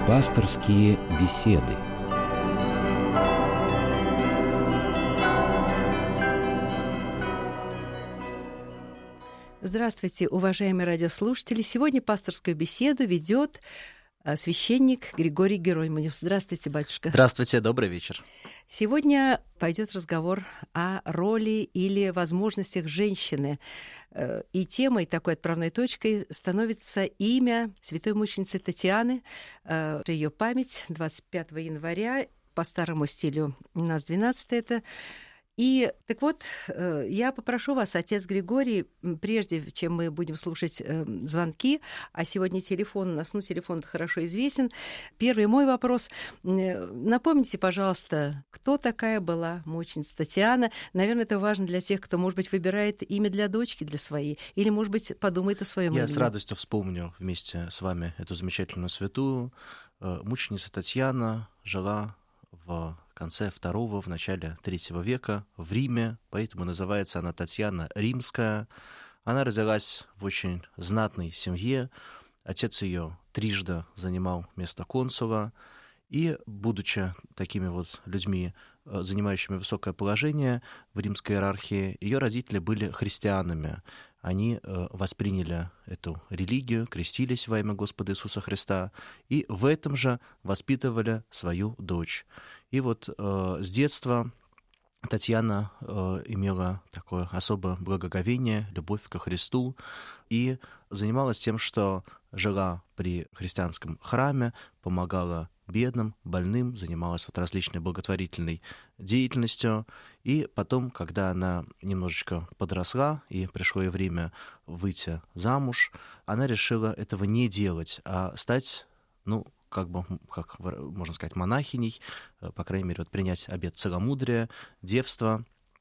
Пасторские беседы. Здравствуйте, уважаемые радиослушатели. Сегодня пасторскую беседу ведет священник Григорий Герольманев. Здравствуйте, батюшка. Здравствуйте, добрый вечер. Сегодня пойдет разговор о роли или возможностях женщины. И темой, такой отправной точкой, становится имя святой мученицы Татьяны, ее память 25 января, по старому стилю у нас 12 это. И так вот, я попрошу вас, отец Григорий, прежде чем мы будем слушать звонки, а сегодня телефон у нас, телефон хорошо известен. Первый мой вопрос. Напомните, пожалуйста, кто такая была мученица Татьяна? Наверное, это важно для тех, кто, может быть, выбирает имя для дочки, для своей, или, может быть, подумает о своем имени. Я с радостью вспомню вместе с вами эту замечательную святую. Мученица Татьяна жила в конце II, в начале III века в Риме, поэтому называется она Татьяна Римская. Она родилась в очень знатной семье. Отец ее трижды занимал место консула, и, будучи такими вот людьми, занимающими высокое положение в римской иерархии, ее родители были христианами. Они восприняли эту религию, крестились во имя Господа Иисуса Христа, и в этом же воспитывали свою дочь. И вот с детства Татьяна имела такое особое благоговение, любовь ко Христу, и занималась тем, что жила при христианском храме, помогала бедным, больным, занималась вот различной благотворительной деятельностью. И потом, когда она немножечко подросла и пришло ей время выйти замуж, она решила этого не делать, а стать, как можно сказать, монахиней, по крайней мере, вот принять обет целомудрия, девства.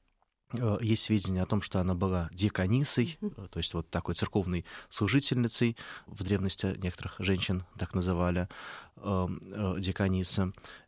Есть сведения о том, что она была диаконисой, то есть вот такой церковной служительницей. В древности некоторых женщин так называли диаконисы.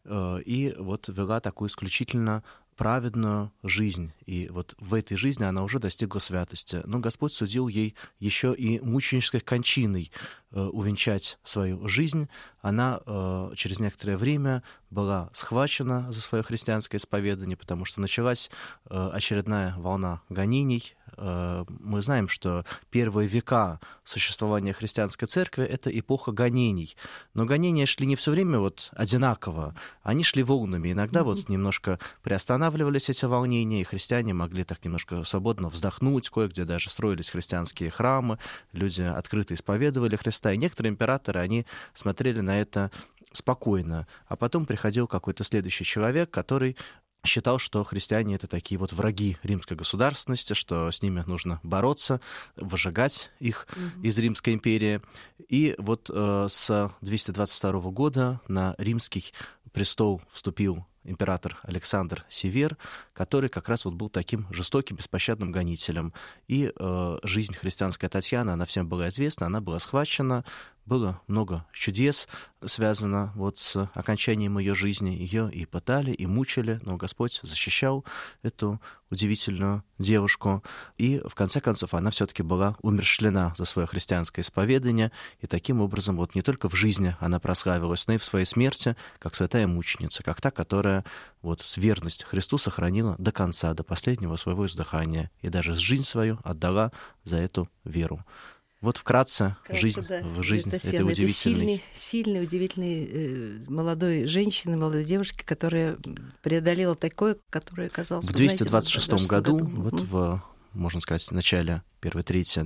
И вот вела такую исключительно праведную жизнь. И вот в этой жизни она уже достигла святости. Но Господь судил ей еще и мученической кончиной увенчать свою жизнь. Она через некоторое время была схвачена за свое христианское исповедание, потому что началась очередная волна гонений. Мы знаем, что первые века существования христианской церкви — это эпоха гонений. Но гонения шли не все время вот одинаково, они шли волнами. Иногда вот немножко приостанавливались эти волнения, и христиане могли так немножко свободно вздохнуть, кое-где даже строились христианские храмы, люди открыто исповедовали Христа, и некоторые императоры, они смотрели на это спокойно. А потом приходил какой-то следующий человек, который считал, что христиане — это такие вот враги римской государственности, что с ними нужно бороться, выжигать их из Римской империи. И вот с 222 года на римский престол вступил император Александр Север, который как раз вот был таким жестоким, беспощадным гонителем. И жизнь христианской Татьяны, она всем была известна, она была схвачена, было много чудес связано вот с окончанием ее жизни. Ее и пытали, и мучили, но Господь защищал эту удивительную девушку. И в конце концов она все-таки была умерщвлена за свое христианское исповедание. И таким образом вот не только в жизни она прославилась, но и в своей смерти, как святая мученица, как та, которая вот верность Христу сохранила до конца, до последнего своего издыхания. И даже жизнь свою отдала за эту веру. Вот вкратце жизнь этой удивительной. Это сильной, удивительной молодой женщины, молодой девушки, которая преодолела такое, которое оказалось... В 226 году, вот в, можно сказать, начале первой трети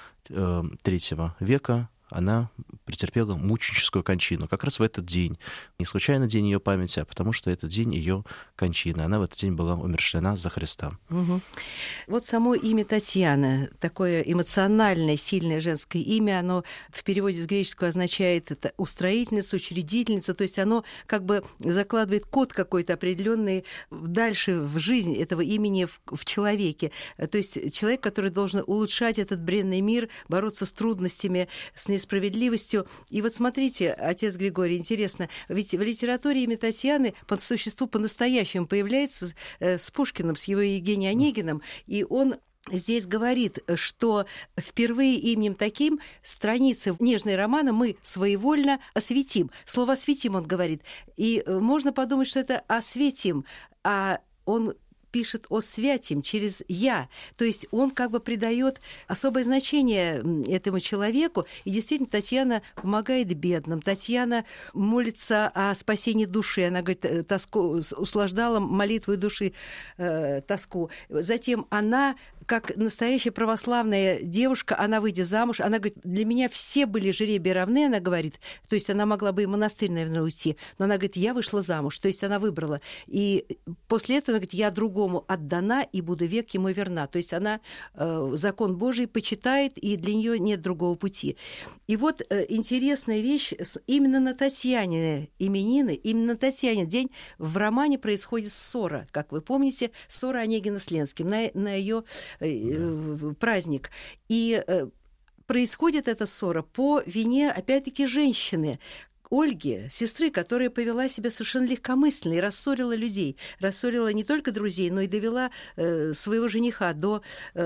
III века, она претерпела мученическую кончину. Как раз в этот день. Не случайно день ее памяти, а потому что этот день ее кончины. Она в этот день была умерщвлена за Христа. Угу. Вот само имя Татьяна, такое эмоциональное, сильное женское имя, оно в переводе с греческого означает это устроительница, учредительница, то есть оно как бы закладывает код какой-то определенный дальше в жизнь этого имени в человеке. То есть человек, который должен улучшать этот бренный мир, бороться с трудностями, с несправедливостью. И вот смотрите, отец Григорий, интересно, ведь в литературе имя Татьяны по существу по-настоящему появляется с Пушкиным, с его Евгением Онегиным, и он здесь говорит, что впервые именем таким страницы нежной романа мы своевольно осветим. Слово «осветим» он говорит. И можно подумать, что это «осветим», а он пишет о святим через «я». То есть он как бы придает особое значение этому человеку. И действительно, Татьяна помогает бедным. Татьяна молится о спасении души. Она, говорит, услаждала молитвой души тоску. Затем она, как настоящая православная девушка, она, выйдя замуж, она говорит, для меня все были жребии равны, она говорит. То есть она могла бы и в монастырь, наверное, уйти. Но она говорит, я вышла замуж. То есть она выбрала. И после этого она говорит, я другому отдана и буду век ему верна. То есть она закон Божий почитает, и для нее нет другого пути. И вот интересная вещь, именно на Татьяне именины, именно на Татьяне день в романе происходит ссора, как вы помните, ссора Онегина с Ленским на ее праздник. И происходит эта ссора по вине, опять-таки, женщины, Ольги, сестры, которая повела себя совершенно легкомысленно и рассорила людей. Рассорила не только друзей, но и довела своего жениха до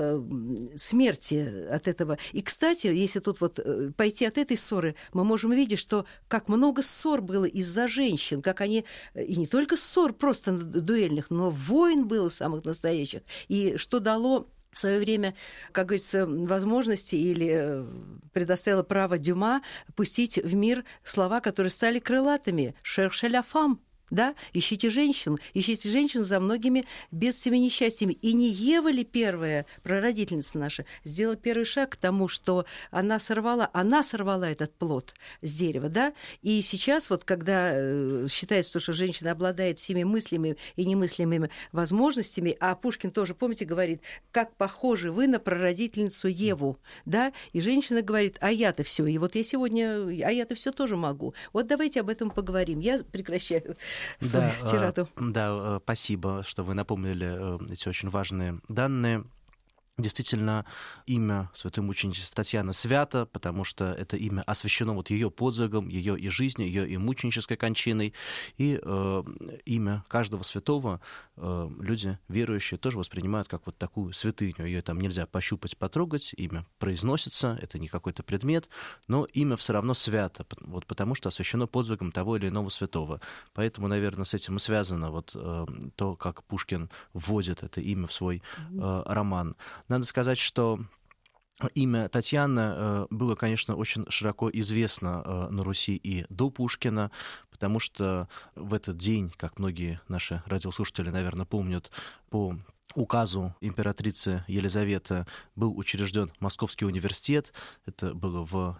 смерти от этого. И, кстати, если тут вот пойти от этой ссоры, мы можем увидеть, что как много ссор было из-за женщин, как они, и не только ссор просто дуэльных, но войн было самых настоящих. И что дало в свое время, как говорится, возможности или предоставила право Дюма пустить в мир слова, которые стали крылатыми. «Cherchez la femme». Да? Ищите женщин за многими бедствиями и несчастьями. И не Ева ли первая, прародительница наша, сделала первый шаг к тому, что она сорвала этот плод с дерева, да? И сейчас вот, когда считается, что женщина обладает всеми мыслимыми и немыслимыми возможностями, а Пушкин тоже, помните, говорит, как похожи вы на прародительницу Еву, да? И женщина говорит, а я-то все, и вот я сегодня, а я-то все тоже могу. Вот давайте об этом поговорим. Я прекращаю свою тираду. Да, спасибо, что вы напомнили эти очень важные данные. Действительно, имя святой мученицы Татьяны свято, потому что это имя освящено вот ее подвигом, ее и жизнью, ее и мученической кончиной. И имя каждого святого люди, верующие, тоже воспринимают как вот такую святыню. Ее там нельзя пощупать, потрогать, имя произносится, это не какой-то предмет, но имя все равно свято, вот потому что освящено подвигом того или иного святого. Поэтому, наверное, с этим и связано вот то, как Пушкин вводит это имя в свой роман. Надо сказать, что имя Татьяна было, конечно, очень широко известно на Руси и до Пушкина, потому что в этот день, как многие наши радиослушатели, наверное, помнят, по указу императрицы Елизаветы был учрежден Московский университет. Это было в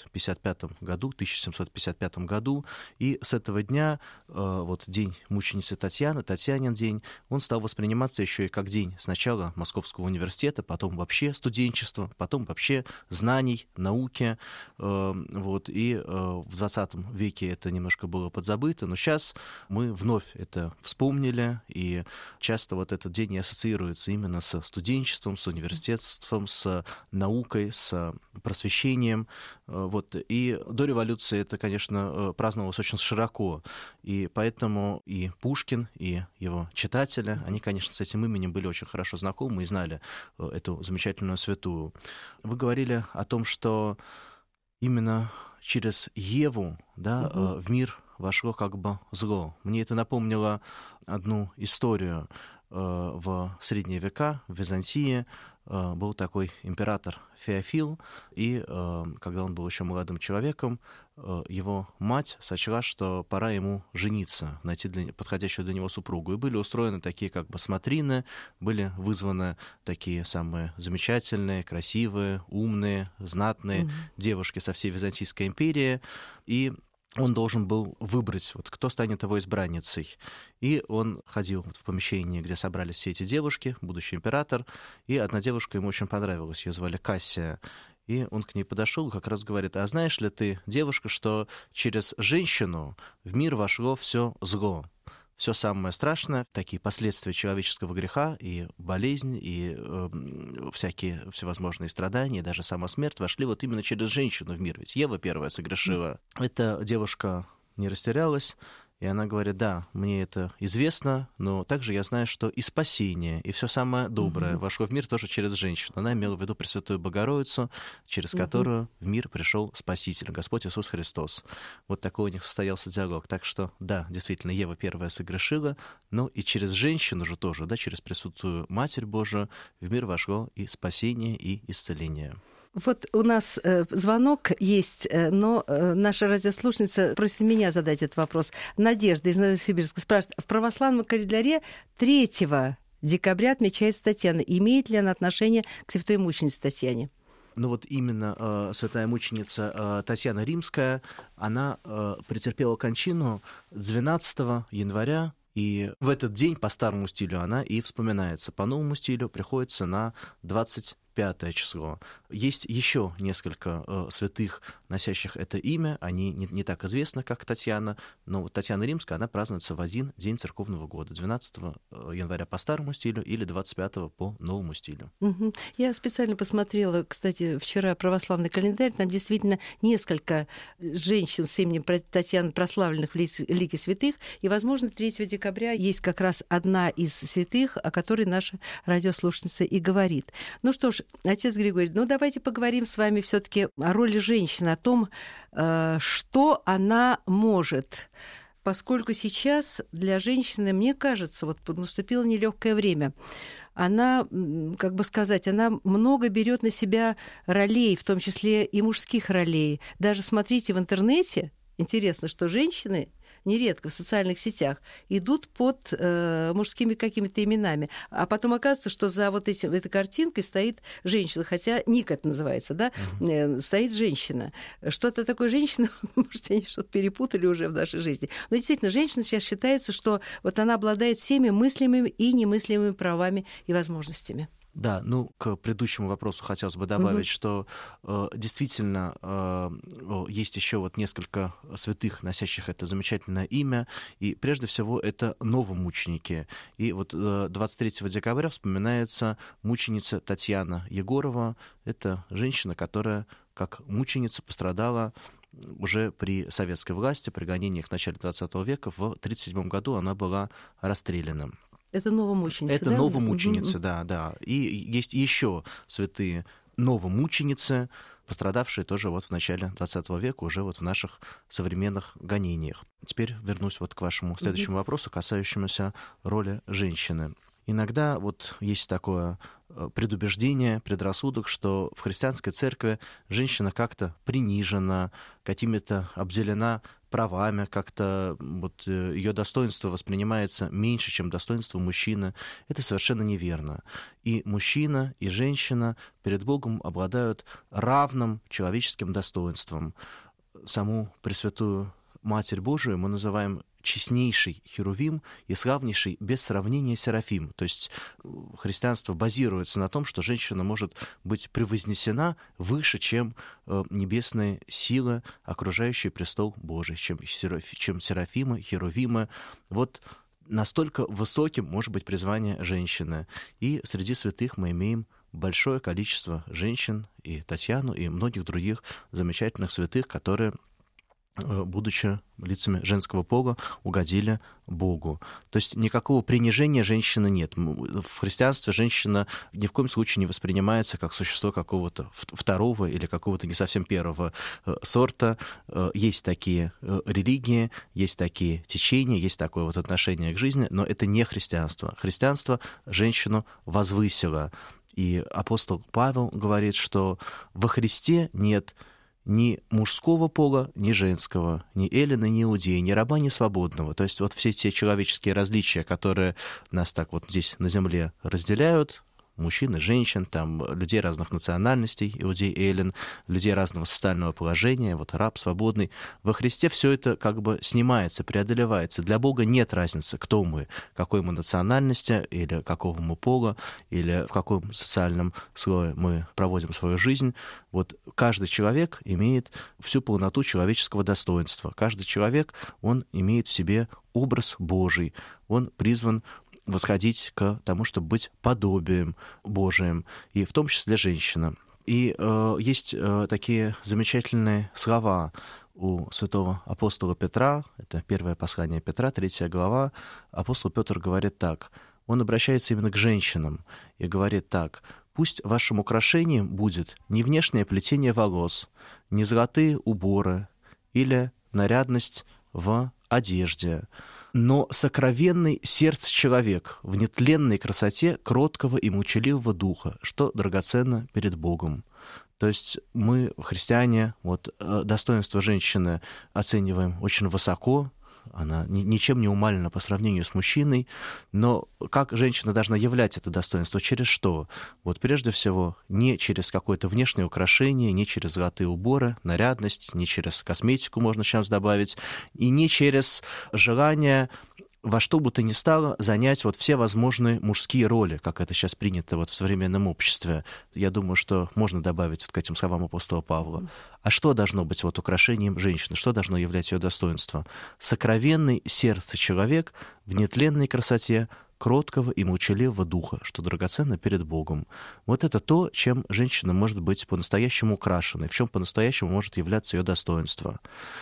1755 году. И с этого дня, вот день мученицы Татьяны, Татьянин день, он стал восприниматься еще и как день сначала Московского университета, потом вообще студенчества, потом вообще знаний, науки. Вот. И в 20 веке это немножко было подзабыто, но сейчас мы вновь это вспомнили, и часто вот этот день не ассоциируется именно со студенчеством, с университетством, с наукой, с просвещением. Вот. И до революции это, конечно, праздновалось очень широко. И поэтому и Пушкин, и его читатели, они, конечно, с этим именем были очень хорошо знакомы и знали эту замечательную святую. Вы говорили о том, что именно через Еву, да, в мир вошло как бы зло. Мне это напомнило одну историю. В средние века в Византии был такой император Феофил, и когда он был еще молодым человеком, его мать сочла, что пора ему жениться, найти подходящую для него супругу. И были устроены такие как бы смотрины, были вызваны такие самые замечательные, красивые, умные, знатные девушки со всей Византийской империи, и он должен был выбрать, вот, кто станет его избранницей. И он ходил в помещение, где собрались все эти девушки, будущий император, и одна девушка ему очень понравилась, ее звали Кассия. И он к ней подошел и как раз говорит, а знаешь ли ты, девушка, что через женщину в мир вошло все зло? Все самое страшное, такие последствия человеческого греха, и болезнь, и всякие всевозможные страдания, и даже сама смерть вошли вот именно через женщину в мир. Ведь Ева первая согрешила. Эта девушка не растерялась И она говорит: да, мне это известно, но также я знаю, что и спасение, и все самое доброе вошло в мир тоже через женщину. Она имела в виду Пресвятую Богородицу, через которую в мир пришел Спаситель, Господь Иисус Христос. Вот такой у них состоялся диалог. Так что, да, действительно, Ева первая согрешила, но и через женщину же тоже, да, через Пресвятую Матерь Божию в мир вошло и спасение, и исцеление. Вот у нас звонок есть, но наша радиослушница просит меня задать этот вопрос. Надежда из Новосибирска спрашивает: в православном календаре 3 декабря отмечается Татьяна. Имеет ли она отношение к святой мученице Татьяне? Ну вот именно святая мученица Татьяна Римская, она претерпела кончину 12 января, и в этот день по старому стилю она и вспоминается. По новому стилю приходится на 25 число. Есть еще несколько святых, носящих это имя. Они не так известны, как Татьяна, но вот Татьяна Римская, она празднуется в один день церковного года. 12 января по старому стилю или 25 по новому стилю. Угу. Я специально посмотрела, кстати, вчера православный календарь. Там действительно несколько женщин с именем Татьяны, прославленных в лике святых. И, возможно, 3 декабря есть как раз одна из святых, о которой наша радиослушница и говорит. Ну что ж, отец Григорий, давайте поговорим с вами все-таки о роли женщины, о том, что она может. Поскольку сейчас для женщины, мне кажется, вот наступило нелегкое время. Она, как бы сказать, она много берет на себя ролей, в том числе и мужских ролей. Даже смотрите в интернете, интересно, что женщины нередко в социальных сетях идут под мужскими какими-то именами. А потом оказывается, что за вот этой картинкой стоит женщина, хотя ник это называется, да, стоит женщина. Что-то такое женщина, может, они что-то перепутали уже в нашей жизни. Но действительно, женщина сейчас считается, что вот она обладает всеми мыслимыми и немыслимыми правами и возможностями. Да, к предыдущему вопросу хотелось бы добавить, что действительно есть еще вот несколько святых, носящих это замечательное имя, и прежде всего это новомученики. И вот 23 декабря вспоминается мученица Татьяна Егорова. Это женщина, которая как мученица пострадала уже при советской власти, при гонениях в начале 20 века. В 1937 году она была расстреляна. Это новомученица, это да? новомученицы, да. И есть еще святые новомученицы, пострадавшие тоже вот в начале 20 века, уже вот в наших современных гонениях. Теперь вернусь вот к вашему следующему вопросу, касающемуся роли женщины. Иногда вот есть такое предубеждение, предрассудок, что в христианской церкви женщина как-то принижена, какими-то обделена правами, как-то вот ее достоинство воспринимается меньше, чем достоинство мужчины. Это совершенно неверно. И мужчина, и женщина перед Богом обладают равным человеческим достоинством. Саму Пресвятую Матерь Божию мы называем честнейший Херувим и славнейший без сравнения Серафим. То есть христианство базируется на том, что женщина может быть превознесена выше, чем небесные силы, окружающие престол Божий, чем Серафимы, Херувимы. Вот настолько высоким может быть призвание женщины. И среди святых мы имеем большое количество женщин, и Татьяну, и многих других замечательных святых, которые, будучи лицами женского пола, угодили Богу. То есть никакого принижения женщины нет. В христианстве женщина ни в коем случае не воспринимается как существо какого-то второго или какого-то не совсем первого сорта. Есть такие религии, есть такие течения, есть такое вот отношение к жизни, но это не христианство. Христианство женщину возвысило. И апостол Павел говорит, что во Христе нет ни мужского пола, ни женского, ни эллина, ни иудея, ни раба, ни свободного. То есть вот все те человеческие различия, которые нас так вот здесь на земле разделяют, мужчин и женщин, там, людей разных национальностей, иудей, эллин, людей разного социального положения, вот раб, свободный. Во Христе все это как бы снимается, преодолевается. Для Бога нет разницы, кто мы, какой мы национальности, или какого мы пола, или в каком социальном слое мы проводим свою жизнь. Вот каждый человек имеет всю полноту человеческого достоинства. Каждый человек, он имеет в себе образ Божий, он призван восходить к тому, чтобы быть подобием Божиим, и в том числе женщина. И есть такие замечательные слова у святого апостола Петра, это первое послание Петра, 3 глава, апостол Петр говорит так, он обращается именно к женщинам и говорит так: «Пусть вашим украшением будет не внешнее плетение волос, не золотые уборы или нарядность в одежде, но сокровенный сердце человек в нетленной красоте кроткого и молчаливого духа, что драгоценно перед Богом». То есть мы, христиане, достоинство женщины оцениваем очень высоко, она ничем не умалена по сравнению с мужчиной, но как женщина должна являть это достоинство? Через что? Прежде всего, не через какое-то внешнее украшение, не через золотые уборы, нарядность, не через косметику можно сейчас добавить, и не через желание во что бы то ни стало занять все возможные мужские роли, как это сейчас принято в современном обществе. Я думаю, что можно добавить к этим словам апостола Павла. А что должно быть украшением женщины? Что должно являть ее достоинство? Сокровенный сердце человек в нетленной красоте кроткого и молчаливого духа, что драгоценно перед Богом. Это то, чем женщина может быть по-настоящему украшенной, в чем по-настоящему может являться ее достоинство.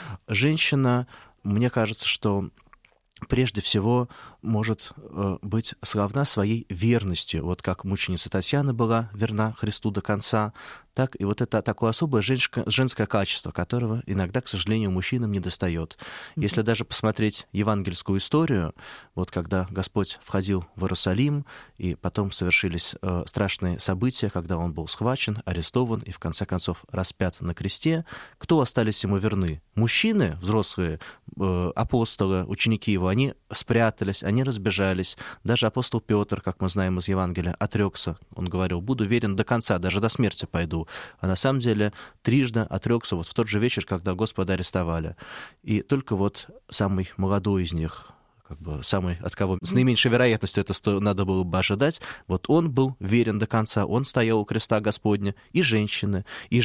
Женщина, мне кажется, что прежде всего может быть славна своей верностью. Как мученица Татьяна была верна Христу до конца, так и это такое особое женское качество, которого иногда, к сожалению, мужчинам недостает. Если даже посмотреть евангельскую историю, когда Господь входил в Иерусалим, и потом совершились страшные события, когда он был схвачен, арестован и, в конце концов, распят на кресте, кто остались ему верны? Мужчины, взрослые, апостолы, ученики его, они спрятались, они разбежались. Даже апостол Петр, как мы знаем из Евангелия, отрекся. Он говорил: «Буду верен до конца, даже до смерти пойду». А на самом деле трижды отрекся в тот же вечер, когда Господа арестовали. И только самый молодой из них, самый, от кого с наименьшей вероятностью это надо было бы ожидать, он был верен до конца, он стоял у креста Господня, и женщины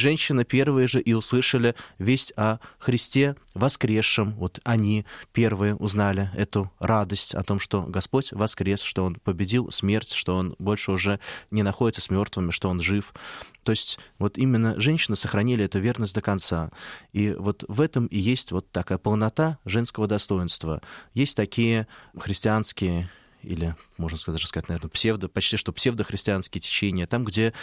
первые же и услышали весть о Христе воскресшем, они первые узнали эту радость о том, что Господь воскрес, что Он победил смерть, что Он больше уже не находится с мертвыми, что Он жив. То есть именно женщины сохранили эту верность до конца. И в этом и есть такая полнота женского достоинства. Есть такие христианские, или, можно даже сказать, наверное, почти что псевдохристианские течения, там, где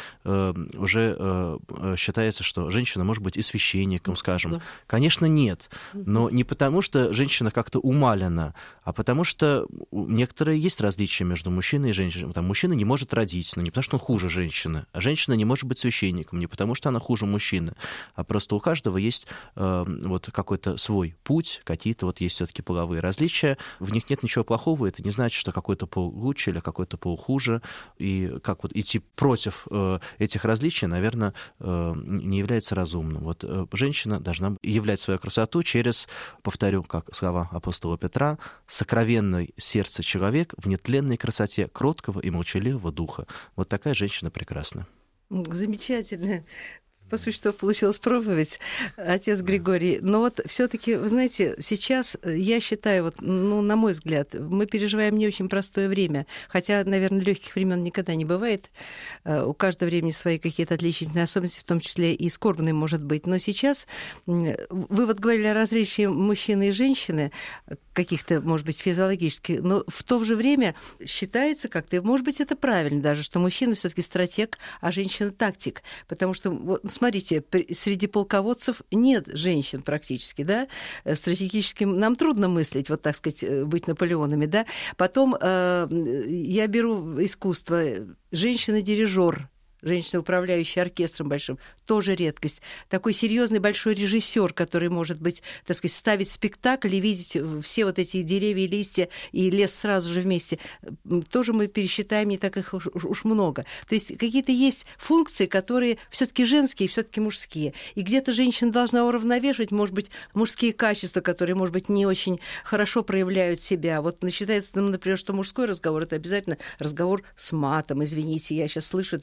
уже считается, что женщина может быть и священником, скажем. Да. Конечно, нет. Но не потому, что женщина как-то умалена, а потому что некоторые есть различия между мужчиной и женщиной. Мужчина не может родить, но не потому, что он хуже женщины, а женщина не может быть священником, не потому, что она хуже мужчины, а просто у каждого есть какой-то свой путь, какие-то есть все-таки половые различия. В них нет ничего плохого, это не значит, что какой-то пол лучше или какой-то пол хуже, и как идти против этих различий, наверное, не является разумным. Женщина должна являть свою красоту через, повторю, как слова апостола Петра, сокровенное сердце человек в нетленной красоте кроткого и молчаливого духа. Такая женщина прекрасна. Замечательно. По существу получилась проповедь, отец Григорий. Но все-таки, вы знаете, сейчас, я считаю, на мой взгляд, мы переживаем не очень простое время. Хотя, наверное, легких времен никогда не бывает. У каждого времени свои какие-то отличительные особенности, в том числе и скорбные, может быть. Но сейчас вы говорили о различии мужчины и женщины, каких-то, может быть, физиологических, но в то же время считается как-то, и, может быть, это правильно даже, что мужчина все-таки стратег, а женщина тактик. Потому что, смотрите, среди полководцев нет женщин практически, да? Стратегически нам трудно мыслить, так сказать, быть Наполеонами, да? Потом я беру искусство, женщина-дирижер, женщина, управляющая оркестром большим, тоже редкость. Такой серьезный большой режиссер, который может быть, так сказать, ставить спектакль и видеть все эти деревья и листья и лес сразу же вместе, тоже мы пересчитаем, не так их уж много. То есть какие-то есть функции, которые все-таки женские, все-таки мужские. И где-то женщина должна уравновешивать, может быть, мужские качества, которые, может быть, не очень хорошо проявляют себя. Считается, например, что мужской разговор — это обязательно разговор с матом. Извините, я сейчас слышу это кругом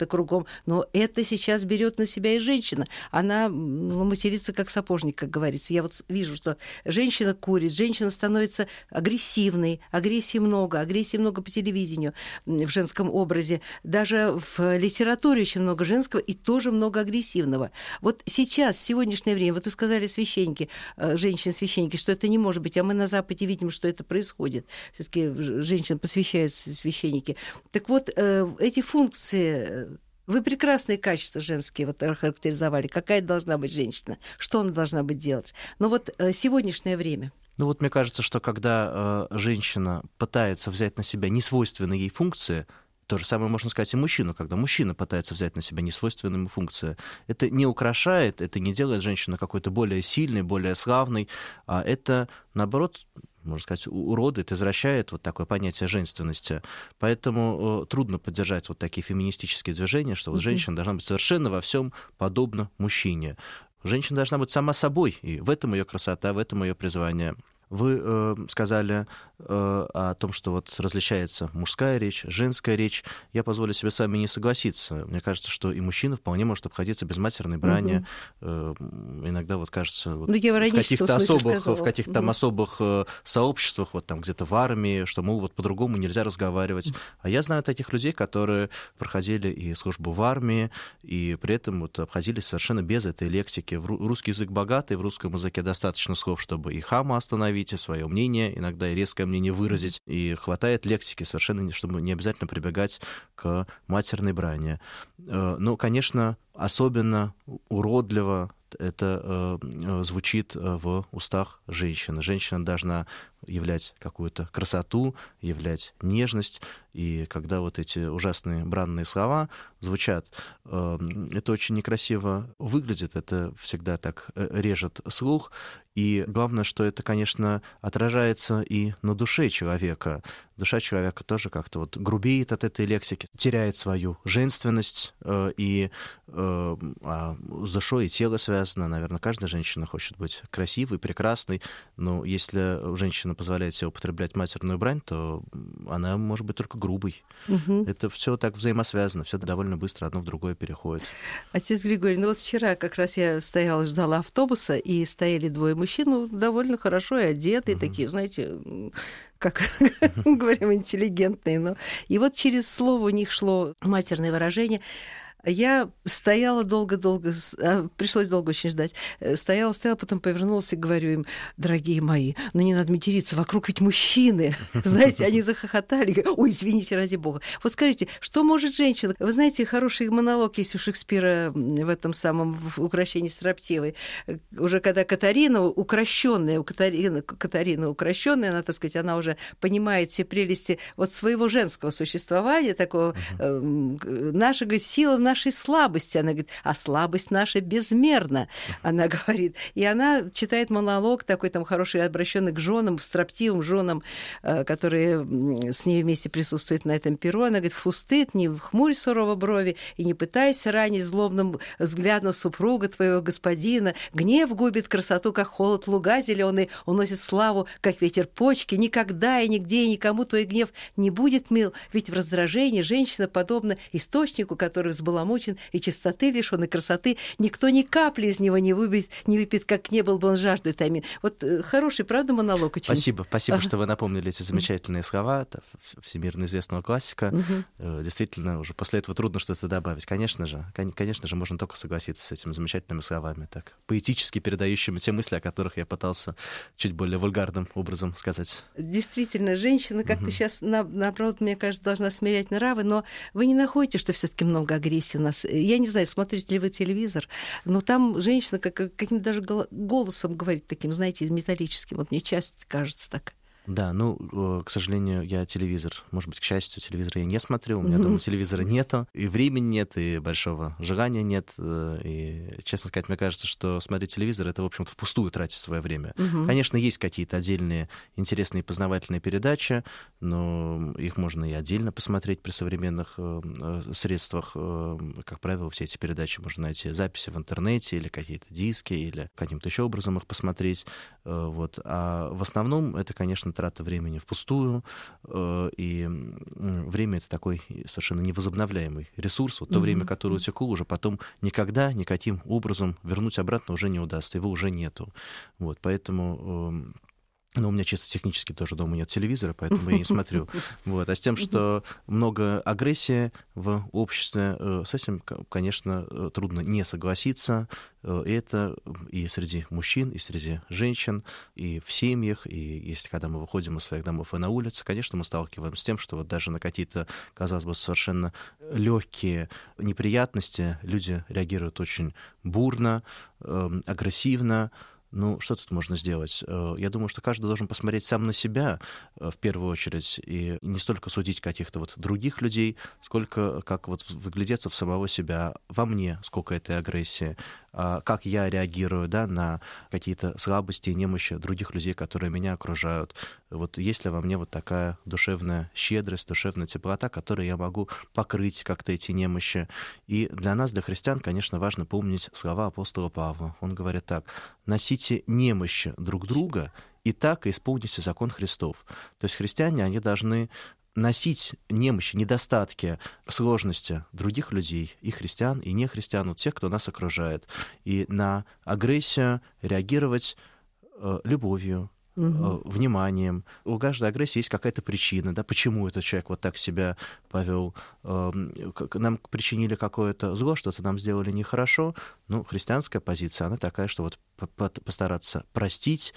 мужиком, но это сейчас берет на себя и женщина. Она матерится как сапожник, как говорится. Я вот вижу, что женщина курит, женщина становится агрессивной, агрессии много по телевидению в женском образе. Даже в литературе очень много женского и тоже много агрессивного. Вот сейчас, в сегодняшнее время, вот вы сказали священники, женщины-священники, что это не может быть, а мы на Западе видим, что это происходит. Все-таки женщин посвящают священники. Так вот, эти функции, вы прекрасные качества женские вот характеризовали. Какая должна быть женщина? Что она должна быть делать? Но вот сегодняшнее время. Ну вот мне кажется, что когда женщина пытается взять на себя несвойственные ей функции, то же самое можно сказать и мужчину, когда мужчина пытается взять на себя несвойственные ему функции. Это не украшает, это не делает женщину какой-то более сильной, более славной, а это, наоборот, можно сказать, уродует, извращает вот такое понятие женственности. Поэтому трудно поддержать вот такие феминистические движения, что вот женщина должна быть совершенно во всем подобна мужчине. Женщина должна быть сама собой, и в этом ее красота, в этом ее призвание. Вы сказали о том, что вот различается мужская речь, женская речь. Я позволю себе с вами не согласиться. Мне кажется, что и мужчина вполне может обходиться без матерной брани. Иногда вот кажется, вот в каких-то там особых сообществах, вот там где-то в армии, что, мол, вот по-другому нельзя разговаривать. А я знаю таких людей, которые проходили и службу в армии, и при этом вот обходились совершенно без этой лексики. Русский язык богатый, в русском языке достаточно слов, чтобы и хама остановить, и свое мнение, иногда и резкое мнение выразить, и хватает лексики совершенно, чтобы не обязательно прибегать к матерной брани. Но, конечно, особенно уродливо это звучит в устах женщины. Женщина должна являть какую-то красоту, являть нежность, и когда вот эти ужасные бранные слова звучат, это очень некрасиво выглядит, это всегда так режет слух, и главное, что это, конечно, отражается и на душе человека. Душа человека тоже как-то вот грубеет от этой лексики, теряет свою женственность, и с душой и тело связано. Наверное, каждая женщина хочет быть красивой, прекрасной, но если женщина позволяет себе употреблять матерную брань, то она может быть только грубой. Это все так взаимосвязано, все довольно быстро одно в другое переходит. Отец Григорий, ну вот вчера как раз я стояла, ждала автобуса, и стояли двое мужчин, ну, довольно хорошо и одетые, такие, знаете, как говорим, интеллигентные. Но... И вот через слово у них шло матерное выражение. Я стояла долго-долго, пришлось долго очень ждать. Стояла, потом повернулась и говорю им: дорогие мои, ну не надо материться, вокруг ведь мужчины. Знаете, они захохотали. Ой, извините, ради бога. Вот скажите, что может женщина? Вы знаете, хороший монолог есть у Шекспира в этом самом в «Укрощении строптивой». Уже когда Катарина укращенная, Катарина укращенная, она, так сказать, она уже понимает все прелести вот своего женского существования, такого наша сила в нашей слабости. Она говорит, а слабость наша безмерна, она говорит. И она читает монолог такой там хороший, обращенный к женам, строптивым женам, которые с ней вместе присутствуют на этом перу. Она говорит: фу, стыд, не хмурь сурово брови и не пытайся ранить злобным взглядом супруга твоего господина. Гнев губит красоту, как холод луга зеленый, уносит славу, как ветер почки. Никогда и нигде и никому твой гнев не будет мил, ведь в раздражении женщина подобна источнику, который взбаламучен и чистоты лишён, и красоты. Никто ни капли из него не выпьет, как не был бы он жаждой томим. Вот хороший, правда, монолог очень. Спасибо, что вы напомнили эти замечательные слова. Это всемирно известного классика. Действительно, уже после этого трудно что-то добавить. Конечно же, можно только согласиться с этими замечательными словами, так поэтически передающими те мысли, о которых я пытался чуть более вульгарным образом сказать. Действительно, женщина как-то сейчас, наоборот, мне кажется, должна смирять нравы, но вы не находите, что все-таки много агрессии у нас? Я не знаю, смотрите ли вы телевизор, но там женщина каким-то даже голосом говорит таким, знаете, металлическим. Вот мне часто кажется так. Да, к сожалению, я телевизор, может быть, к счастью, телевизора я не смотрю, у меня дома телевизора нету, и времени нет, и большого желания нет, и, честно сказать, мне кажется, что смотреть телевизор — это, в общем-то, впустую тратить свое время. Конечно, есть какие-то отдельные интересные познавательные передачи, но их можно и отдельно посмотреть при современных средствах. Как правило, все эти передачи можно найти записи в интернете или какие-то диски, или каким-то еще образом их посмотреть. Вот. А в основном это, конечно, трата времени впустую, и время — это такой совершенно невозобновляемый ресурс. Вот то время, которое утекло, уже потом никогда никаким образом вернуть обратно уже не удастся, его уже нету. Вот, поэтому... Но у меня чисто технически тоже дома нет телевизора, поэтому я не смотрю. Вот. А с тем, что много агрессии в обществе, с этим, конечно, трудно не согласиться. И это и среди мужчин, и среди женщин, и в семьях, и если когда мы выходим из своих домов и на улице, конечно, мы сталкиваемся с тем, что вот даже на какие-то, казалось бы, совершенно легкие неприятности люди реагируют очень бурно, агрессивно. Ну, что тут можно сделать? Я думаю, что каждый должен посмотреть сам на себя в первую очередь и не столько судить каких-то вот других людей, сколько как вот выглядеться в самого себя, во мне, сколько этой агрессии, как я реагирую, да, на какие-то слабости и немощи других людей, которые меня окружают. Вот есть ли во мне вот такая душевная щедрость, душевная теплота, которой я могу покрыть как-то эти немощи. И для нас, для христиан, конечно, важно помнить слова апостола Павла. Он говорит так: «Носите немощи друг друга, и так исполните закон Христов». То есть христиане, они должны носить немощи, недостатки, сложности других людей, и христиан, и нехристиан, вот тех, кто нас окружает. И на агрессию реагировать любовью, вниманием. У каждой агрессии есть какая-то причина, да, почему этот человек вот так себя повел. Нам причинили какое-то зло, что-то нам сделали нехорошо. Ну, христианская позиция, она такая, что вот постараться простить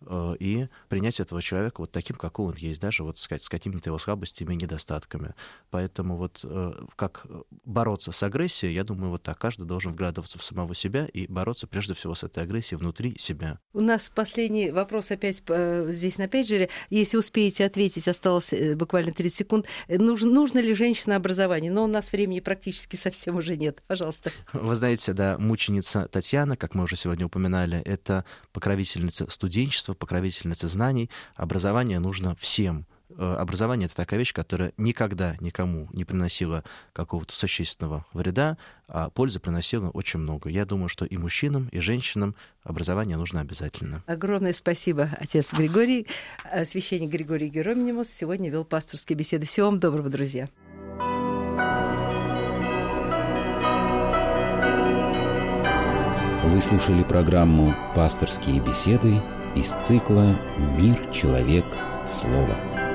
и принять этого человека вот таким, какой он есть, даже вот сказать, с какими-то его слабостями и недостатками. Поэтому вот как бороться с агрессией, я думаю, вот так каждый должен вглядываться в самого себя и бороться прежде всего с этой агрессией внутри себя. У нас последний вопрос опять здесь на пейджере. Если успеете ответить, осталось буквально 30 секунд. Нужно ли женщина образование? Но у нас времени практически совсем уже нет. Пожалуйста. Вы знаете, да, мученица Татьяна, как мы уже сегодня упоминали, это покровительница студенчества, покровительница знаний. Образование нужно всем. Образование — это такая вещь, которая никогда никому не приносила какого-то существенного вреда, а пользы приносила очень много. Я думаю, что и мужчинам, и женщинам образование нужно обязательно. Огромное спасибо, отец Григорий. Священник Григорий Геромнимус сегодня вел пасторские беседы. Всего вам доброго, друзья. Вы слушали программу «Пасторские беседы» из цикла «Мир, человек, слово».